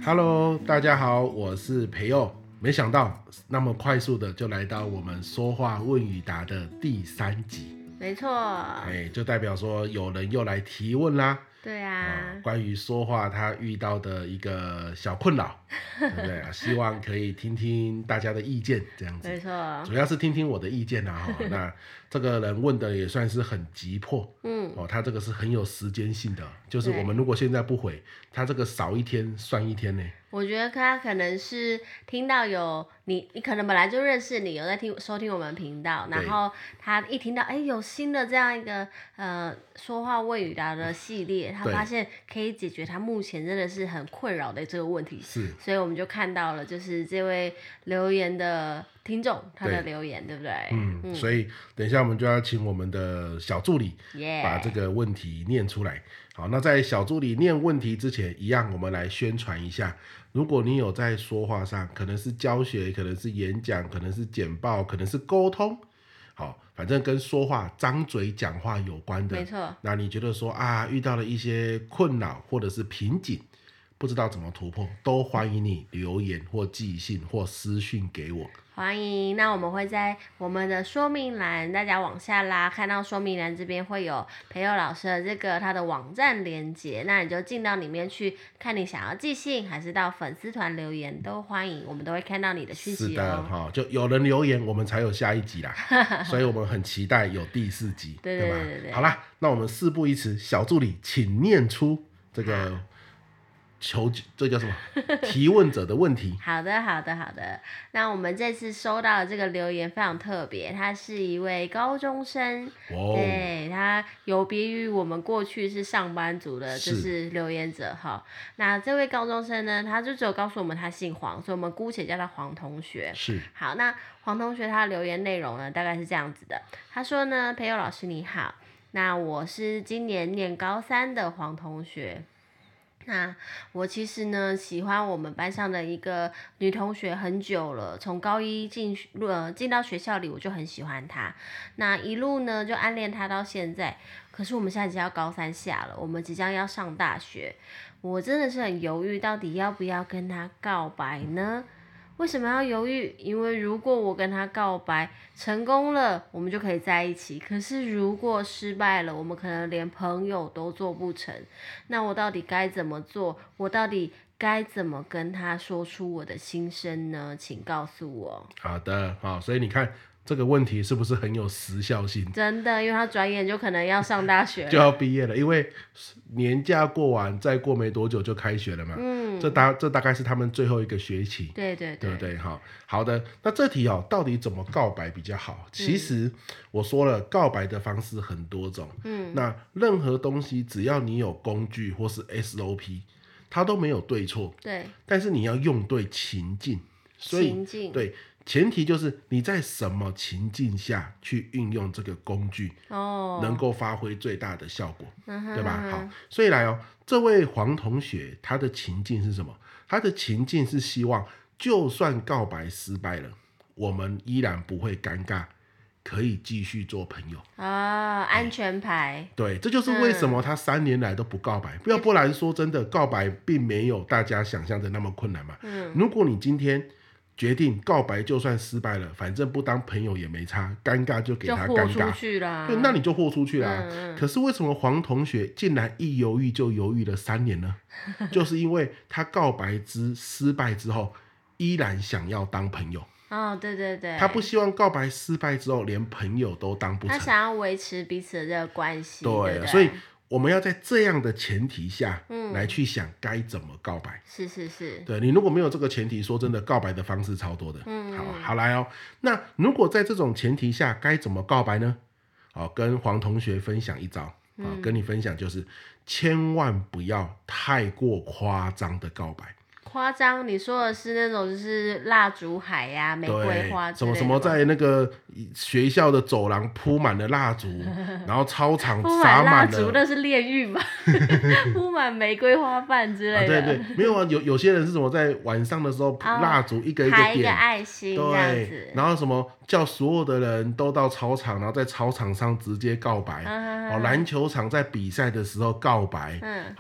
Hello，大家好，我是培佑。没想到那么快速的就来到我们说话问与答的第3集。 没错， 就代表说有人又来提问啦。 对啊， 关于说话他遇到的一个小困扰，对不对？希望可以听听大家的意见，这样子。 没错， 主要是听听我的意见啦。那这个人问的也算是很急迫，他这个是很有时间性的，就是我们如果现在不回，他这个少一天算一天呢。 我觉得他可能是听到有你可能本来就认识你，有在收听我们频道，然后他一听到有新的这样一个说话问与答的系列，他发现可以解决他目前真的是很困扰的这个问题， 是， 所以我们就看到了就是这位留言的听众他的留言，对不对？ 所以等一下我们就要请我们的小助理把这个问题念出来。好，那在小助理念问题之前，一样我们来宣传一下。如果你有在说话上，可能是教学，可能是演讲，可能是简报，可能是沟通，好，反正跟说话、张嘴讲话有关的， 没错。 那你觉得说遇到了一些困扰或者是瓶颈，不知道怎么突破，都欢迎你留言或寄信或私讯给我。 欢迎，那我们会在我们的说明栏，大家往下拉，看到说明栏这边会有培佑老师的这个他的网站连结，那你就进到里面去看你想要寄信还是到粉丝团留言都欢迎，我们都会看到你的讯息。 是的，就有人留言我们才有下一集啦所以我们很期待有第4集对吧？ 对， 好啦，那我们事不宜迟，小助理请念出这个这叫什么提问者的问题。 好的，那我们这次收到的这个留言非常特别，他是一位高中生，对，他有别于我们过去是上班族的就是留言者哈。那这位高中生呢，他就只有告诉我们他姓黄，所以我们姑且叫他黄同学。 是， 好，那黄同学他的留言内容呢大概是这样子的，他说呢，培佑老师你好，那我是今年念高3的黄同学。那我其实呢喜欢我们班上的一个女同学很久了，从高1进到学校里我就很喜欢她，那一路呢就暗恋她到现在。可是我们现在已经要高3下了，我们即将要上大学，我真的是很犹豫，到底要不要跟她告白呢？为什么要犹豫？因为如果我跟他告白成功了，我们就可以在一起，可是如果失败了，我们可能连朋友都做不成。那我到底该怎么做？我到底该怎么跟他说出我的心声呢？请告诉我。 好的，好，所以你看这个问题是不是很有时效性？ 真的，因为他转眼就可能要上大学了就要毕业了，因为年假过完再过没多久就开学了嘛。这大概是他们最后一个学期。 对不对？好的，那这题到底怎么告白比较好？其实我说了，告白的方式很多种。那任何东西只要你有工具或是 SOP， 它都没有对错。 对， 但是你要用对情境。所以情境， 对，前提就是你在什么情境下去运用这个工具，能够发挥最大的效果，对吧？好，所以来这位黄同学他的情境是什么？他的情境是希望就算告白失败了，我们依然不会尴尬，可以继续做朋友安全牌。 对，这就是为什么他3年来都不告白。要不然说真的，告白并没有大家想象的那么困难嘛。如果你今天决定告白，就算失败了，反正不当朋友也没差，尴尬就给他尴尬， 就豁出去啦。 对，那你就豁出去啦。可是为什么黄同学竟然一犹豫就犹豫了3年呢？就是因为他告白失败之后，依然想要当朋友。 对， 他不希望告白失败之后连朋友都当不成， 他想要维持彼此的这个关系。对， 所以我们要在这样的前提下来去想该怎么告白。 是， 对，你如果没有这个前提，说真的，告白的方式超多的。好来那如果在这种前提下该怎么告白呢？跟黄同学分享一招跟你分享，就是千万不要太过夸张的告白。 夸张，你说的是那种就是蜡烛海呀、玫瑰花之类的， 什么在那个学校的走廊铺满了蜡烛，然后操场撒满了蜡烛，那是炼狱吧？铺满玫瑰花瓣之类的。 对，没有有些人是什么在晚上的时候蜡烛一个一个点， 一个爱心这样子， 然后什么叫所有的人都到操场，然后在操场上直接告白。篮球场在比赛的时候告白。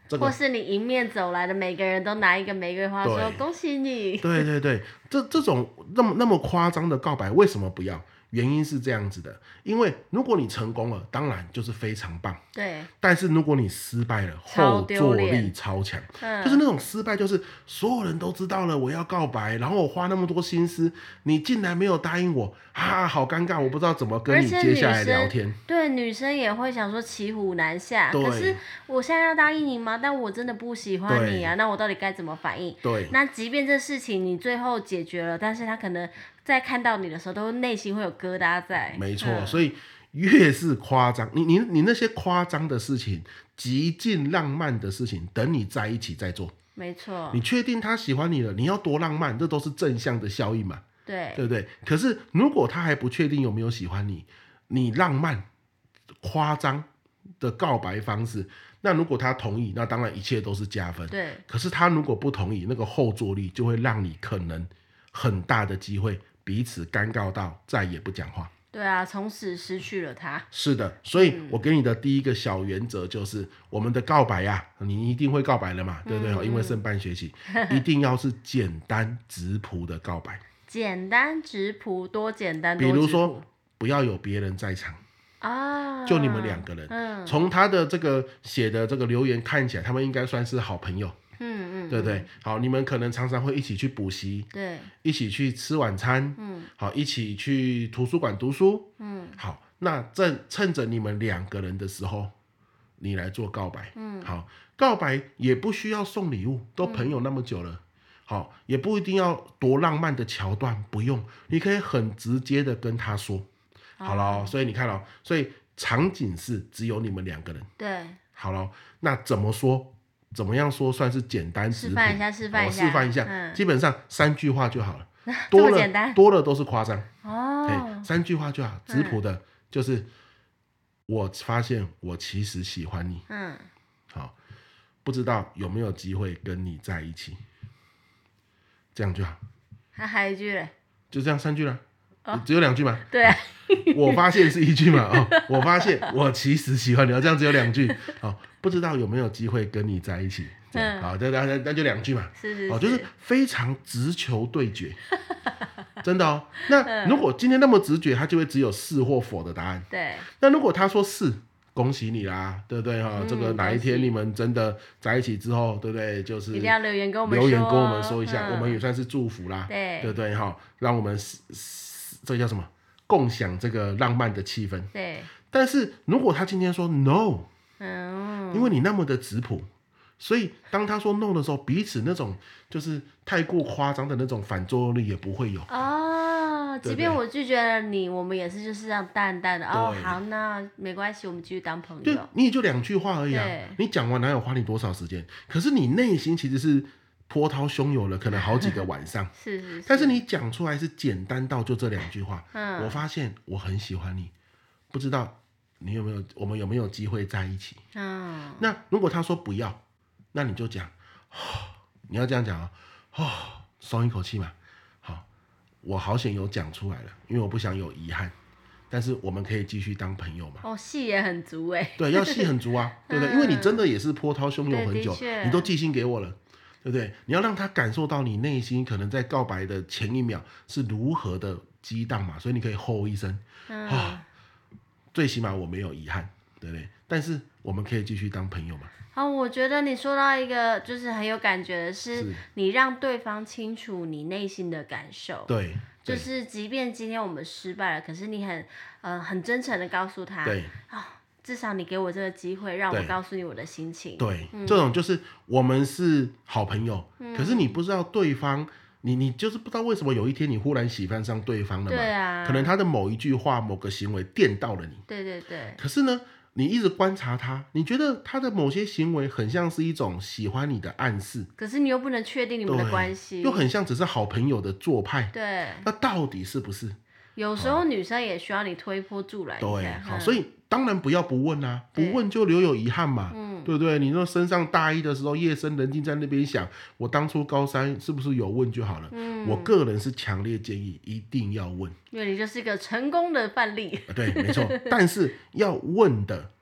或是你迎面走来的每个人都拿一个玫瑰花说恭喜你。 对对对，这种那么夸张的告白为什么不要？原因是这样子的，因为如果你成功了，当然就是非常棒。 对。 但是如果你失败了，后坐力超强。就是那种失败，就是所有人都知道了我要告白，然后我花那么多心思，你竟然没有答应我，好尴尬，我不知道怎么跟你接下来聊天。 对，女生也会想说骑虎难下。可是我现在要答应你吗？但我真的不喜欢你啊，那我到底该怎么反应？ 对。 那即便这事情你最后解决了，但是他可能在看到你的时候，都内心会有疙瘩在。 没错，所以越是夸张，你那些夸张的事情，极尽浪漫的事情，等你在一起再做。 没错。 你确定他喜欢你了，你要多浪漫，这都是正向的效应嘛。 对不对？可是如果他还不确定有没有喜欢你，你浪漫夸张的告白方式，那如果他同意，那当然一切都是加分。 对。 可是他如果不同意，那个后坐力就会让你可能很大的机会彼此尴尬到再也不讲话。 对啊，从此失去了他。 是的，所以我给你的第一个小原则就是，我们的告白啊，你一定会告白了嘛，对不对？因为剩半学期，一定要是简单直朴的告白。 简单直朴，多简单多直朴。 比如说，不要有别人在场啊， 就你们两个人。从他的这个写的这个留言看起来，他们应该算是好朋友。对不对？好，你们可能常常会一起去补习， 对， 一起去吃晚餐，好，一起去图书馆读书，好，那趁着你们两个人的时候，你来做告白，好，告白也不需要送礼物，都朋友那么久了，好，也不一定要多浪漫的桥段，不用，你可以很直接的跟他说，好了，所以你看了，所以场景是只有你们两个人， 对， 好了，那怎么说？怎么样说算是简单直朴？示范一下，基本上3句话就好了，多了都是夸张。3句话就好，直朴的就是我发现我其实喜欢你，好，不知道有没有机会跟你在一起，这样就好。 还有一句嘞？ 就这样3句了，只有2句嘛？ 对啊。 我发现是1句嘛，我发现我其实喜欢你，这样只有2句，不知道有没有机会跟你在一起，好，那就2句嘛，就是非常直球对决，真的哦。那如果今天那么直觉，他就会只有是或否的答案。 对。 那如果他说是，恭喜你啦，对不对哈？这个哪一天你们真的在一起之后，对不对？就是一定要留言跟我们说一下，我们也算是祝福啦， 对不对哈？让我们这叫什么？共享这个浪漫的气氛。 对。 但是如果他今天说 no，因为你那么的直朴，所以当他说 no 的时候，彼此那种就是太过夸张的那种反作用力也不会有。 即便我拒绝了你，我们也是就是这样淡淡的好，那没关系，我们继续当朋友。 对，你也就2句话而已啊，你讲完哪有花你多少时间？可是你内心其实是波涛汹涌了，可能好几个晚上。 是。 但是你讲出来是简单到就这2句话。我发现我很喜欢你，不知道我们有没有机会在一起？那如果他说不要，那你就讲，你要这样讲松一口气嘛。好，我好险有讲出来了，因为我不想有遗憾。但是我们可以继续当朋友嘛？ 戏也很足哎。 对，要戏很足啊，对不对？因为你真的也是波涛汹涌很久，你都寄信给我了。对不对？你要让他感受到你内心可能在告白的前1秒是如何的激荡嘛，所以你可以吼一声最起码我没有遗憾，对不对？但是我们可以继续当朋友嘛。 我觉得你说到一个就是很有感觉的是你让对方清楚你内心的感受。 对， 就是即便今天我们失败了，可是你很真诚的告诉他， 对至少你给我这个机会，让我告诉你我的心情。 对，这种就是我们是好朋友，可是你不知道对方，你就是不知道为什么有一天你忽然喜欢上对方了嘛？ 对啊， 可能他的某一句话、某个行为电到了你。 对对对。 可是呢，你一直观察他，你觉得他的某些行为很像是一种喜欢你的暗示， 可是你又不能确定你们的关系， 又很像只是好朋友的做派。 对， 那到底是不是？ 有时候女生也需要你推波助澜一下。 对，好，所以当然不要不问啊，不问就留有遗憾嘛，对不对？你说升上大一的时候，夜深人静在那边想，我当初高3是不是有问就好了？我个人是强烈建议一定要问， 因为你就是一个成功的范例。 对，没错，但是要问的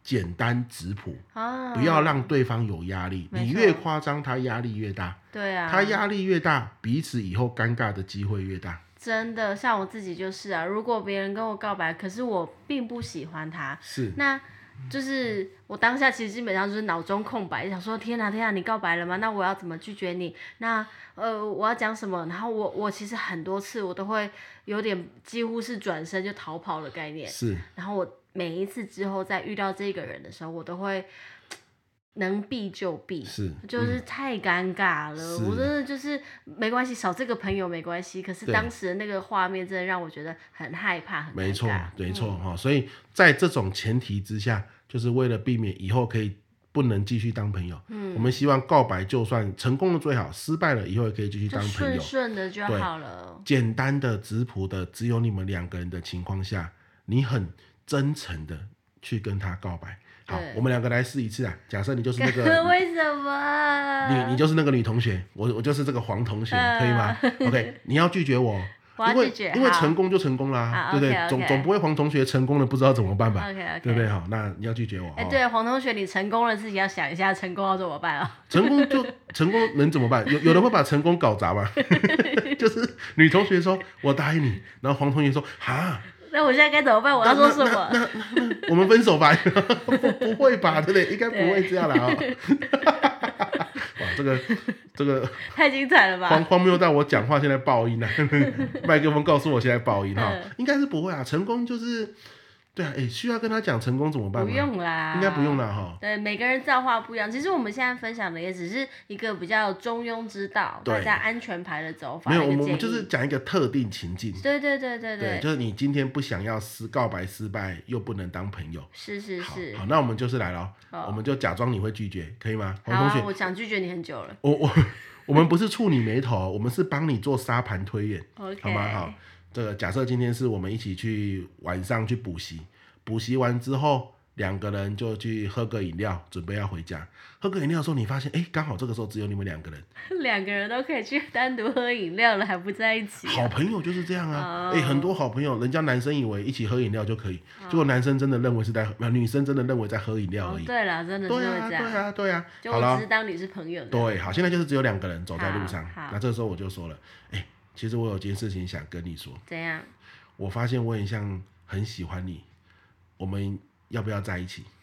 简单质朴， 啊， 不要让对方有压力。 没错你越夸张，他压力越大。 对啊， 他压力越大，彼此以后尴尬的机会越大。 真的，像我自己就是啊，如果别人跟我告白，可是我并不喜欢他，那就是我当下其实基本上就是脑中空白，想说天哪，你告白了吗？那我要怎么拒绝你？那我要讲什么？然后我其实很多次我都会有点几乎是转身就逃跑的概念。然后我每一次之后再遇到这个人的时候，我都会能避就避，就是太尴尬了。我真的就是没关系，少这个朋友没关系。可是当时的那个画面真的让我觉得很害怕，很尴尬。 没错，所以在这种前提之下，就是为了避免以后可以不能继续当朋友，我们希望告白就算成功了最好，失败了以后也可以继续当朋友， 顺顺的就好了。 简单的质朴的，只有你们2个人的情况下，你很真诚的去跟他告白。好，我们2个来试一次啊！假设你就是那个， 为什么？ 你就是那个女同学，我就是这个黄同学，可以吗 ？OK， 你要拒绝我。因为成功就成功啦，对不对？总不会黄同学成功了不知道怎么办吧？对不对？好，那你要拒绝我。 对，黄同学，你成功了自己要想一下，成功要怎么办啊？ 成功能怎么办？有人会把成功搞砸吗？就是女同学说我答应你，然后黄同学说哈。 那我现在该怎么办？我要说什么？ 那我们分手吧？不会吧？对不对？应该不会这样啦哇，这个太精彩了吧！ 荒谬到我讲话现在爆音了，麦克风告诉我现在爆音哈，应该是不会啊。成功就是对啊，需要跟他讲成功怎么办吗？ 不用啦， 应该不用啦哈。 对，每个人造化不一样。其实我们现在分享的也只是一个比较中庸之道，大家安全牌的走法。 没有，我们就是讲一个特定情境。 对， 就是你今天不想要告白失败，又不能当朋友。 是。 好，那我们就是来了，我们就假装你会拒绝，可以吗？黄同学， 我想拒绝你很久了。 我们不是触你眉头，我们是帮你做沙盘推演， OK， 好吗？好，这个假设今天是我们一起去晚上去补习，补习完之后2个人就去喝个饮料，准备要回家。喝个饮料的时候，你发现刚好这个时候只有你们2个人 ，2个人都可以去单独喝饮料了，还不在一起好朋友就是这样啊。很多好朋友，人家男生以为一起喝饮料就可以，结果男生真的认为是在女生真的认为在喝饮料而已。 对啦，真的是会这样。 对啊。 就我只是当你是朋友的。 对，好，现在就是只有2个人走在路上。那这个时候我就说了，其实我有件事情想跟你说。 怎样？ 我发现我很喜欢你，我们要不要在一起？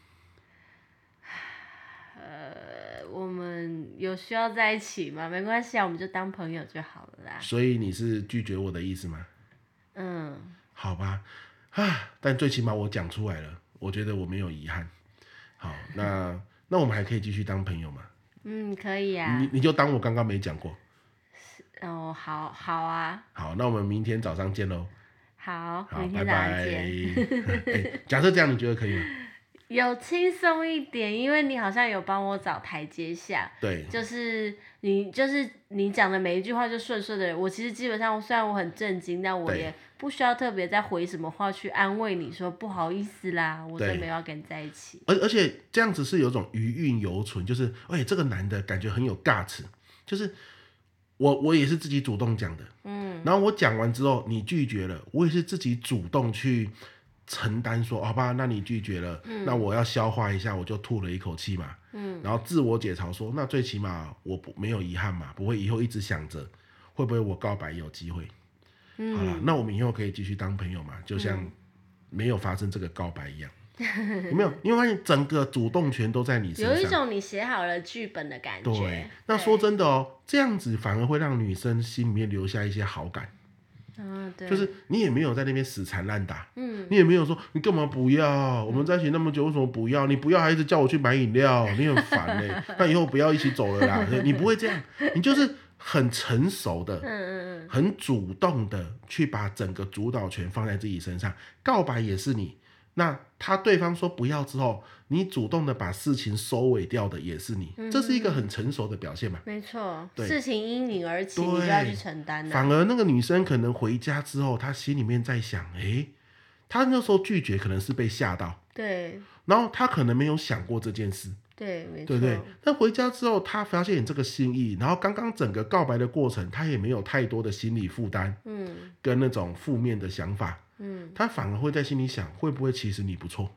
我们有需要在一起吗？没关系啊，我们就当朋友就好了啦。 所以你是拒绝我的意思吗？好吧，但最起码我讲出来了，我觉得我没有遗憾。好，那我们还可以继续当朋友吗？ 可以啊。 你就当我刚刚没讲过。 好啊。 好，那我们明天早上见喽。 好，明天早上见。假设这样，你觉得可以吗？ 有轻松一点，因为你好像有帮我找台阶下。 对， 就是你讲的每一句话就顺顺的。我其实基本上虽然我很震惊，但我也不需要特别再回什么话去安慰你说不好意思啦，我真没有要跟你在一起。 而且这样子是有种余韵犹存，就是这个男的感觉很有guts，就是我也是自己主动讲的，然后我讲完之后你拒绝了，我也是自己主动去承担说好吧，那你拒绝了，那我要消化一下，我就吐了一口气嘛，然后自我解嘲说，那最起码我没有遗憾嘛，不会以后一直想着会不会我告白有机会，好了，那我们以后可以继续当朋友嘛，就像没有发生这个告白一样。有没有？你会发现整个主动权都在你身上， 有一种你写好了剧本的感觉。 对，那说真的这样子反而会让女生心里面留下一些好感。 对， 就是你也没有在那边死缠烂打，你也没有说你干嘛不要，我们在一起那么久为什么不要？你不要还一直叫我去买饮料，你很烦嘞。那以后不要一起走了啦，你不会这样，你就是很成熟的，很主动的去把整个主导权放在自己身上。告白也是你，那对方说不要之后，你主动的把事情收尾掉的也是你，这是一个很成熟的表现嘛。 没错，事情因你而起，你就要去承担。 反而那个女生可能回家之后，她心里面在想，她那时候拒绝可能是被吓到， 对， 然后她可能没有想过这件事， 对，没错， 对不对？但回家之后，她发现你这个心意，然后刚刚整个告白的过程，她也没有太多的心理负担，跟那种负面的想法，他反而会在心里想，会不会其实你不错，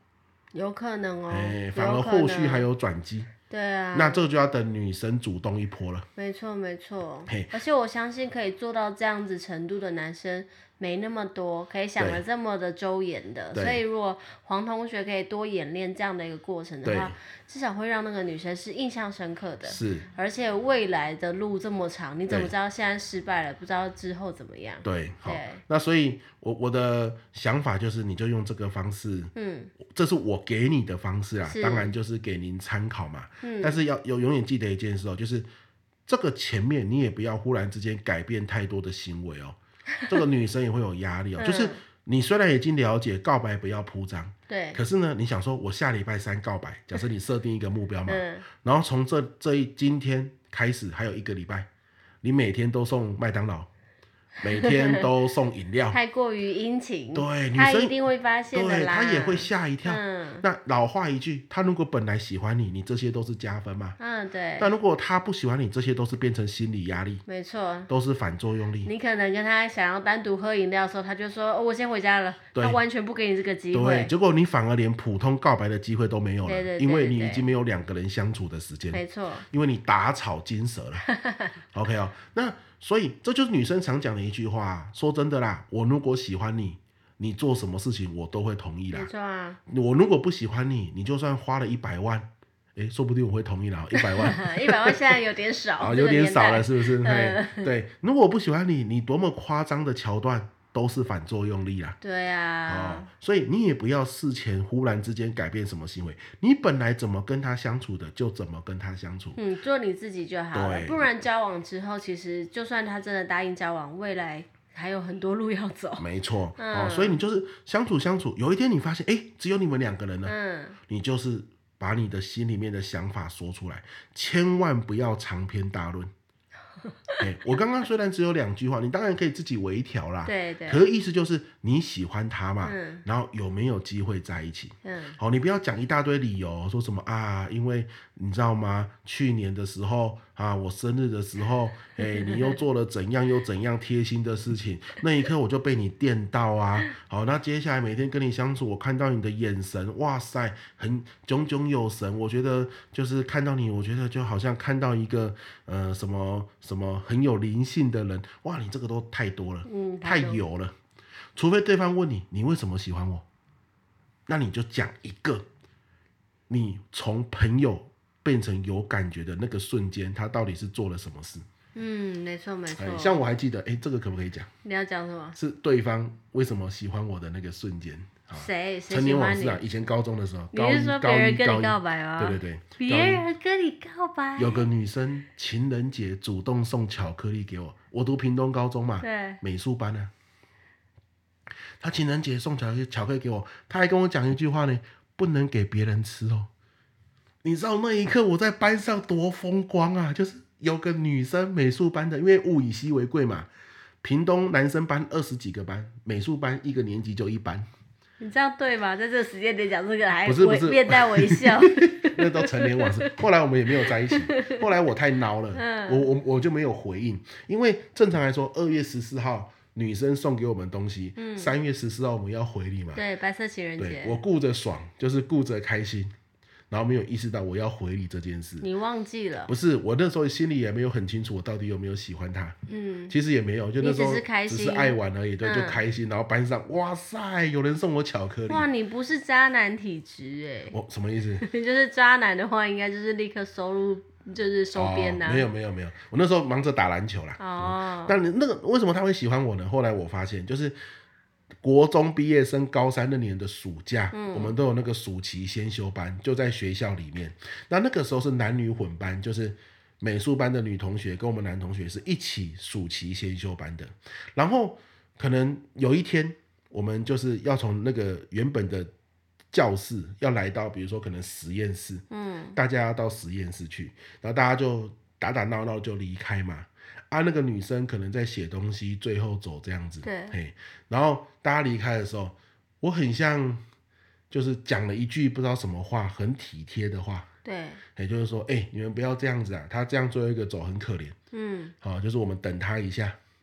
有可能哦， 反而后续还有转机。 对啊， 那这个就要等女生主动一波了。 没错没错，而且我相信可以做到这样子程度的男生没那么多，可以想得这么的周延的，所以如果黄同学可以多演练这样的一个过程的话，至少会让那个女生是印象深刻的。 是，而且未来的路这么长，你怎么知道现在失败了，不知道之后怎么样？ 对，好，那所以我的想法就是，你就用这个方式，这是我给你的方式啊，当然就是给您参考嘛。但是要永远记得一件事哦，就是这个前面你也不要忽然之间改变太多的行为哦，这个女生也会有压力哦。就是你虽然已经了解告白不要铺张， 对， 可是呢，你想说我下礼拜3告白，假设你设定一个目标嘛，然后从今天开始还有1个礼拜，你每天都送麦当劳。每天都送饮料， 太过于殷勤， 对， 他一定会发现的啦， 对，他也会吓一跳。那老话一句，他如果本来喜欢你，你这些都是加分嘛。 对。 但如果他不喜欢你，这些都是变成心理压力， 没错， 都是反作用力。 你可能跟他想要单独喝饮料的时候，他就说：“我先回家了。”他完全不给你这个机会。 对，结果你反而连普通告白的机会都没有了， 对， 因为你已经没有2个人相处的时间。 没错， 因为你打草惊蛇了。OK 哦，那。所以这就是女生常讲的一句话，说真的啦，我如果喜欢你，你做什么事情我都会同意啦。 没错啊。 我如果不喜欢你，你就算花了100万，说不定我会同意啦。100万 ，100万现在有点少， 有点少了，是不是？对，如果我不喜欢你，你多么夸张的桥段都是反作用力啦。 对啊。 所以你也不要事前忽然之间改变什么行为，你本来怎么跟他相处的就怎么跟他相处。 做你自己就好了，不然交往之后，其实就算他真的答应交往，未来还有很多路要走。 没错，所以你就是相处，有一天你发现，只有你们2个人了，你就是把你的心里面的想法说出来，千万不要长篇大论。我刚刚虽然只有2句话，你当然可以自己微调啦。 对， 可是意思就是你喜欢他嘛，然后有没有机会在一起？好，你不要讲一大堆理由，说什么啊？因为你知道吗？去年的时候啊，我生日的时候，你又做了怎样又怎样贴心的事情，那一刻我就被你电到啊。好，那接下来每天跟你相处，我看到你的眼神，哇塞，很炯炯有神。我觉得就是看到你，我觉得就好像看到一个什么很有灵性的人。哇，你这个都太多了，太油了。除非对方问你，你为什么喜欢我？那你就讲一个，你从朋友变成有感觉的那个瞬间，他到底是做了什么事？ 没错。 像我还记得，这个可不可以讲？ 你要讲什么？ 是对方为什么喜欢我的那个瞬间。 谁陈年往事啊？以前高中的时候， 你是说别人跟你告白吗？ 对， 别人跟你告白。 有个女生情人节主动送巧克力给我，我读屏东高中嘛， 对， 美术班啊。她情人节送巧克力给我，她还跟我讲一句话呢，不能给别人吃哦。你知道那一刻我在班上多风光啊！就是有个女生美术班的，因为物以稀为贵嘛，屏东男生班20几个班，美术班1个年级就1班。 你这样对吗？在这个时间点讲这个还不是面带微笑， 那都陈年往事。后来我们也没有在一起，后来我太孬了，我就没有回应，因为正常来说2月14号女生送给我们东西，3月14号我们要回礼嘛。 对，白色情人节。 对，我顾着爽，就是顾着开心。然后没有意识到我要回礼这件事。 你忘记了？ 不是，我那时候心里也没有很清楚我到底有没有喜欢他。其实也没有，就那时候只是爱玩而已，对，就开心。然后班上，哇塞，有人送我巧克力。 哇，你不是渣男体质我什么意思？ 就是渣男的话，应该就是立刻收入，就是收编呐。 没有，我那时候忙着打篮球啦。但那个为什么他会喜欢我呢？后来我发现，就是国中毕业生高3那年的暑假，我们都有那个暑期先修班，就在学校里面。那个时候是男女混班，就是美术班的女同学跟我们男同学是一起暑期先修班的。然后可能有一天，我们就是要从那个原本的教室要来到，比如说可能实验室，大家要到实验室去，然后大家就打打闹闹就离开嘛。那个女生可能在写东西，最后走这样子。 对。 然后大家离开的时候，我很像就是讲了一句不知道什么话，很体贴的话。 对。 就是说，你们不要这样子啊，他这样最后一个走很可怜。就是我们等他一下。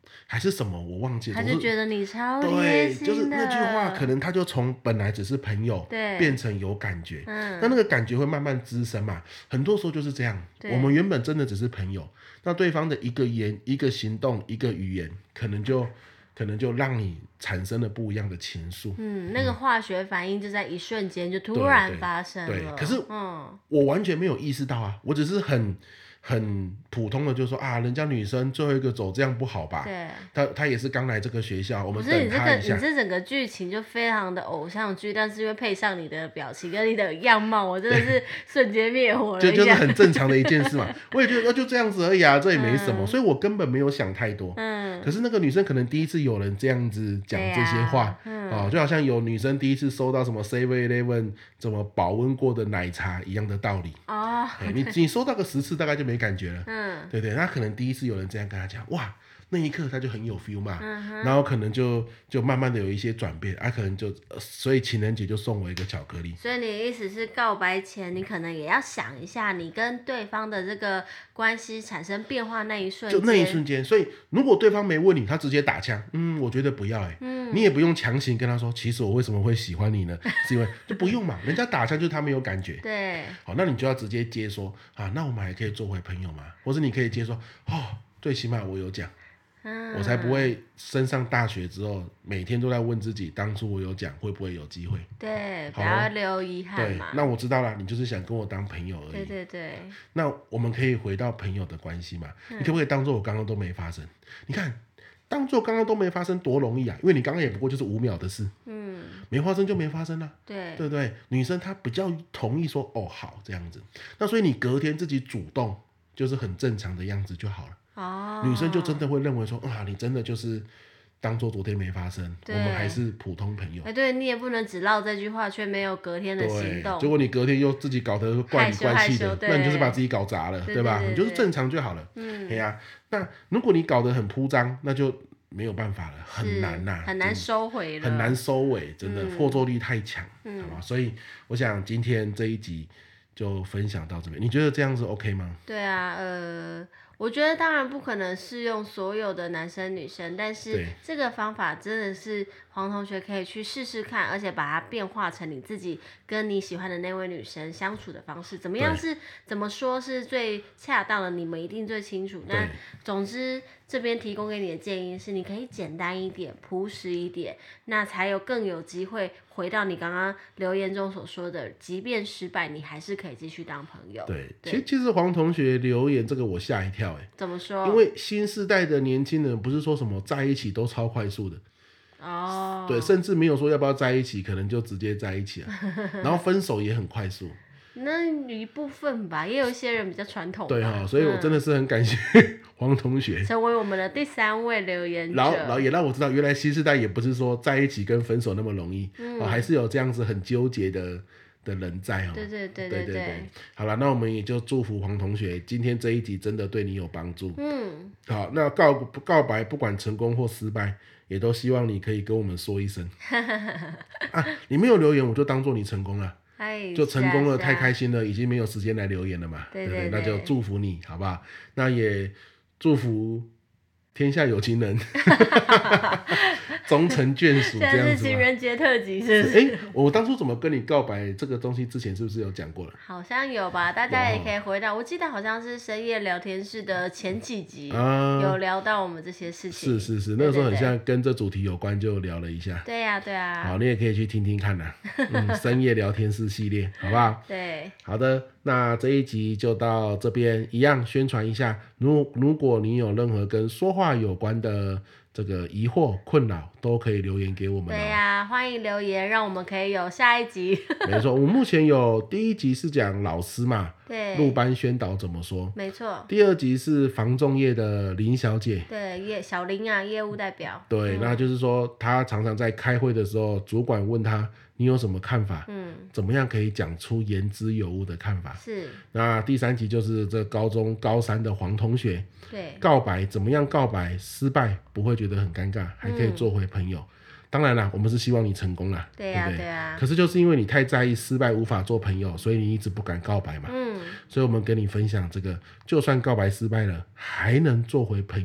还是什么我忘记了， 他就觉得你超贴对， 心的， 就是那句话，可能他就从本来只是朋友， 对， 变成有感觉，那个感觉会慢慢滋生嘛。很多时候就是这样，我们原本真的只是朋友，那对方的一个言、一个行动、一个语言，可能就让你产生了不一样的情愫。 那个化学反应就在一瞬间就突然发生了。 对，可是我完全没有意识到啊，我只是很普通的就说啊，人家女生最后一个走，这样不好吧？对，她也是刚来这个学校，我们等她一下。 你这整个剧情就非常的偶像剧，但是因为配上你的表情跟你的样貌，我真的是瞬间灭火了一下。 就是很正常的一件事嘛。我也觉得就这样子而已啊，这也没什么，所以我根本没有想太多。可是那个女生可能第一次有人这样子讲这些话，就好像有女生第一次收到什么 7-Eleven 怎么保温过的奶茶一样的道理。你收到个10次大概就没感觉了。对对，那可能第一次有人这样跟他讲，哇，那一刻他就很有 feel 嘛，然后可能就慢慢的有一些转变，可能就所以情人节就送我一个巧克力。 所以你的意思是告白前你可能也要想一下你跟对方的这个关系产生变化那一瞬间， 就那一瞬间。所以如果对方没问你，他直接打枪，我觉得不要你也不用强行跟他说，其实我为什么会喜欢你呢？是因为就不用嘛，人家打枪就是他没有感觉。 对， 好，那你就要直接接说啊，那我们还可以做回朋友吗？或者你可以接说，最起码我有讲。我才不会升上大学之后每天都在问自己，当初我有讲会不会有机会。 对，不要留遗憾嘛。 对，那我知道了，你就是想跟我当朋友而已。 对对对。 那我们可以回到朋友的关系嘛？你可不可以当做我刚刚都没发生？你看，当做刚刚都没发生多容易啊！因为你刚刚也不过就是5秒的事，没发生就没发生啊。对不对？女生她比较同意说好这样子，那所以你隔天自己主动就是很正常的样子就好了。女生就真的会认为说你真的就是当做昨天没发生，我们还是普通朋友。 对，你也不能只唠这句话却没有隔天的行动， 结果你隔天又自己搞得怪里怪气的，那你就是把自己搞砸了，对吧？你就是正常就好了。那如果你搞得很铺张，那就没有办法了，很难呐， 很难收回了， 很难收尾，真的破作力太强，好吧？所以我想今天这一集就分享到这边，你觉得这样子 OK 吗？ 对啊，我觉得当然不可能适用所有的男生女生，但是这个方法真的是黄同学可以去试试看，而且把它变化成你自己跟你喜欢的那位女生相处的方式，怎么说是最恰当的，你们一定最清楚。那总之这边提供给你的建议是，你可以简单一点、朴实一点，那才有更有机会回到你刚刚留言中所说的，即便失败，你还是可以继续当朋友。 对，其实黄同学留言这个我吓一跳。 怎么说？ 因为新世代的年轻人不是说什么在一起都超快速的对，甚至没有说要不要在一起，可能就直接在一起了，然后分手也很快速。 那一部分吧，也有一些人比较传统。 对所以我真的是很感谢黄同学成为我们的第3位留言者， 然后也让我知道，原来新世代也不是说在一起跟分手那么容易，还是有这样子很纠结的人在对，好了，那我们也就祝福黄同学今天这一集真的对你有帮助。好，那告白不管成功或失败，也都希望你可以跟我们说一声你没有留言，我就当做你成功了。就成功了，太开心了，已经没有时间来留言了嘛，对不对？那就祝福你，好不好？那也祝福天下有情人终成眷属，这样子。 现在是情人节特辑，是不是？ 我当初怎么跟你告白这个东西之前是不是有讲过了？ 好像有吧，大家也可以回到，我记得好像是深夜聊天室的前几集有聊到我们这些事情。 是，那个时候很像跟这主题有关，就聊了一下。 对啊。 好，你也可以去听听看啦深夜聊天室系列，好不好？ 对， 好的，那这一集就到这边，一样宣传一下，如果你有任何跟说话有关的这个疑惑困扰，都可以留言给我们。 对啊，欢迎留言，让我们可以有下一集没错，我们目前有第1集是讲老师嘛， 对， 入班宣导怎么说， 没错。 第2集是房仲业的林小姐， 对，小林啊，业务代表。 对，那就是说她常常在开会的时候，主管问她你有什么看法，怎么样可以讲出言之有物的看法。 是。 那第3集就是这高3的黄同学， 对， 告白怎么样告白失败不会觉得很尴尬，还可以做回朋友。当然啦，我们是希望你成功啦， 对不对？ 可是就是因为你太在意失败无法做朋友，所以你一直不敢告白嘛。所以我们跟你分享这个，就算告白失败了，还能做回朋友，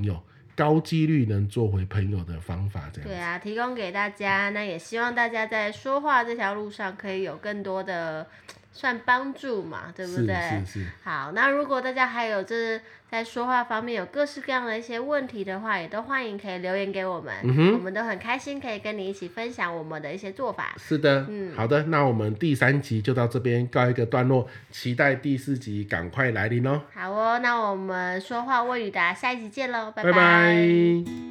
高几率能做回朋友的方法，这样子。 对啊，提供给大家，那也希望大家在说话这条路上可以有更多的算帮助嘛，对不对？ 是。 好，那如果大家还有在说话方面有各式各样的一些问题的话，也都欢迎可以留言给我们，我们都很开心可以跟你一起分享我们的一些做法。 是的，好的，那我们第3集就到这边告一个段落，期待第4集赶快来临哦。 好哦，那我们说话问语的下一集见喽，拜拜拜。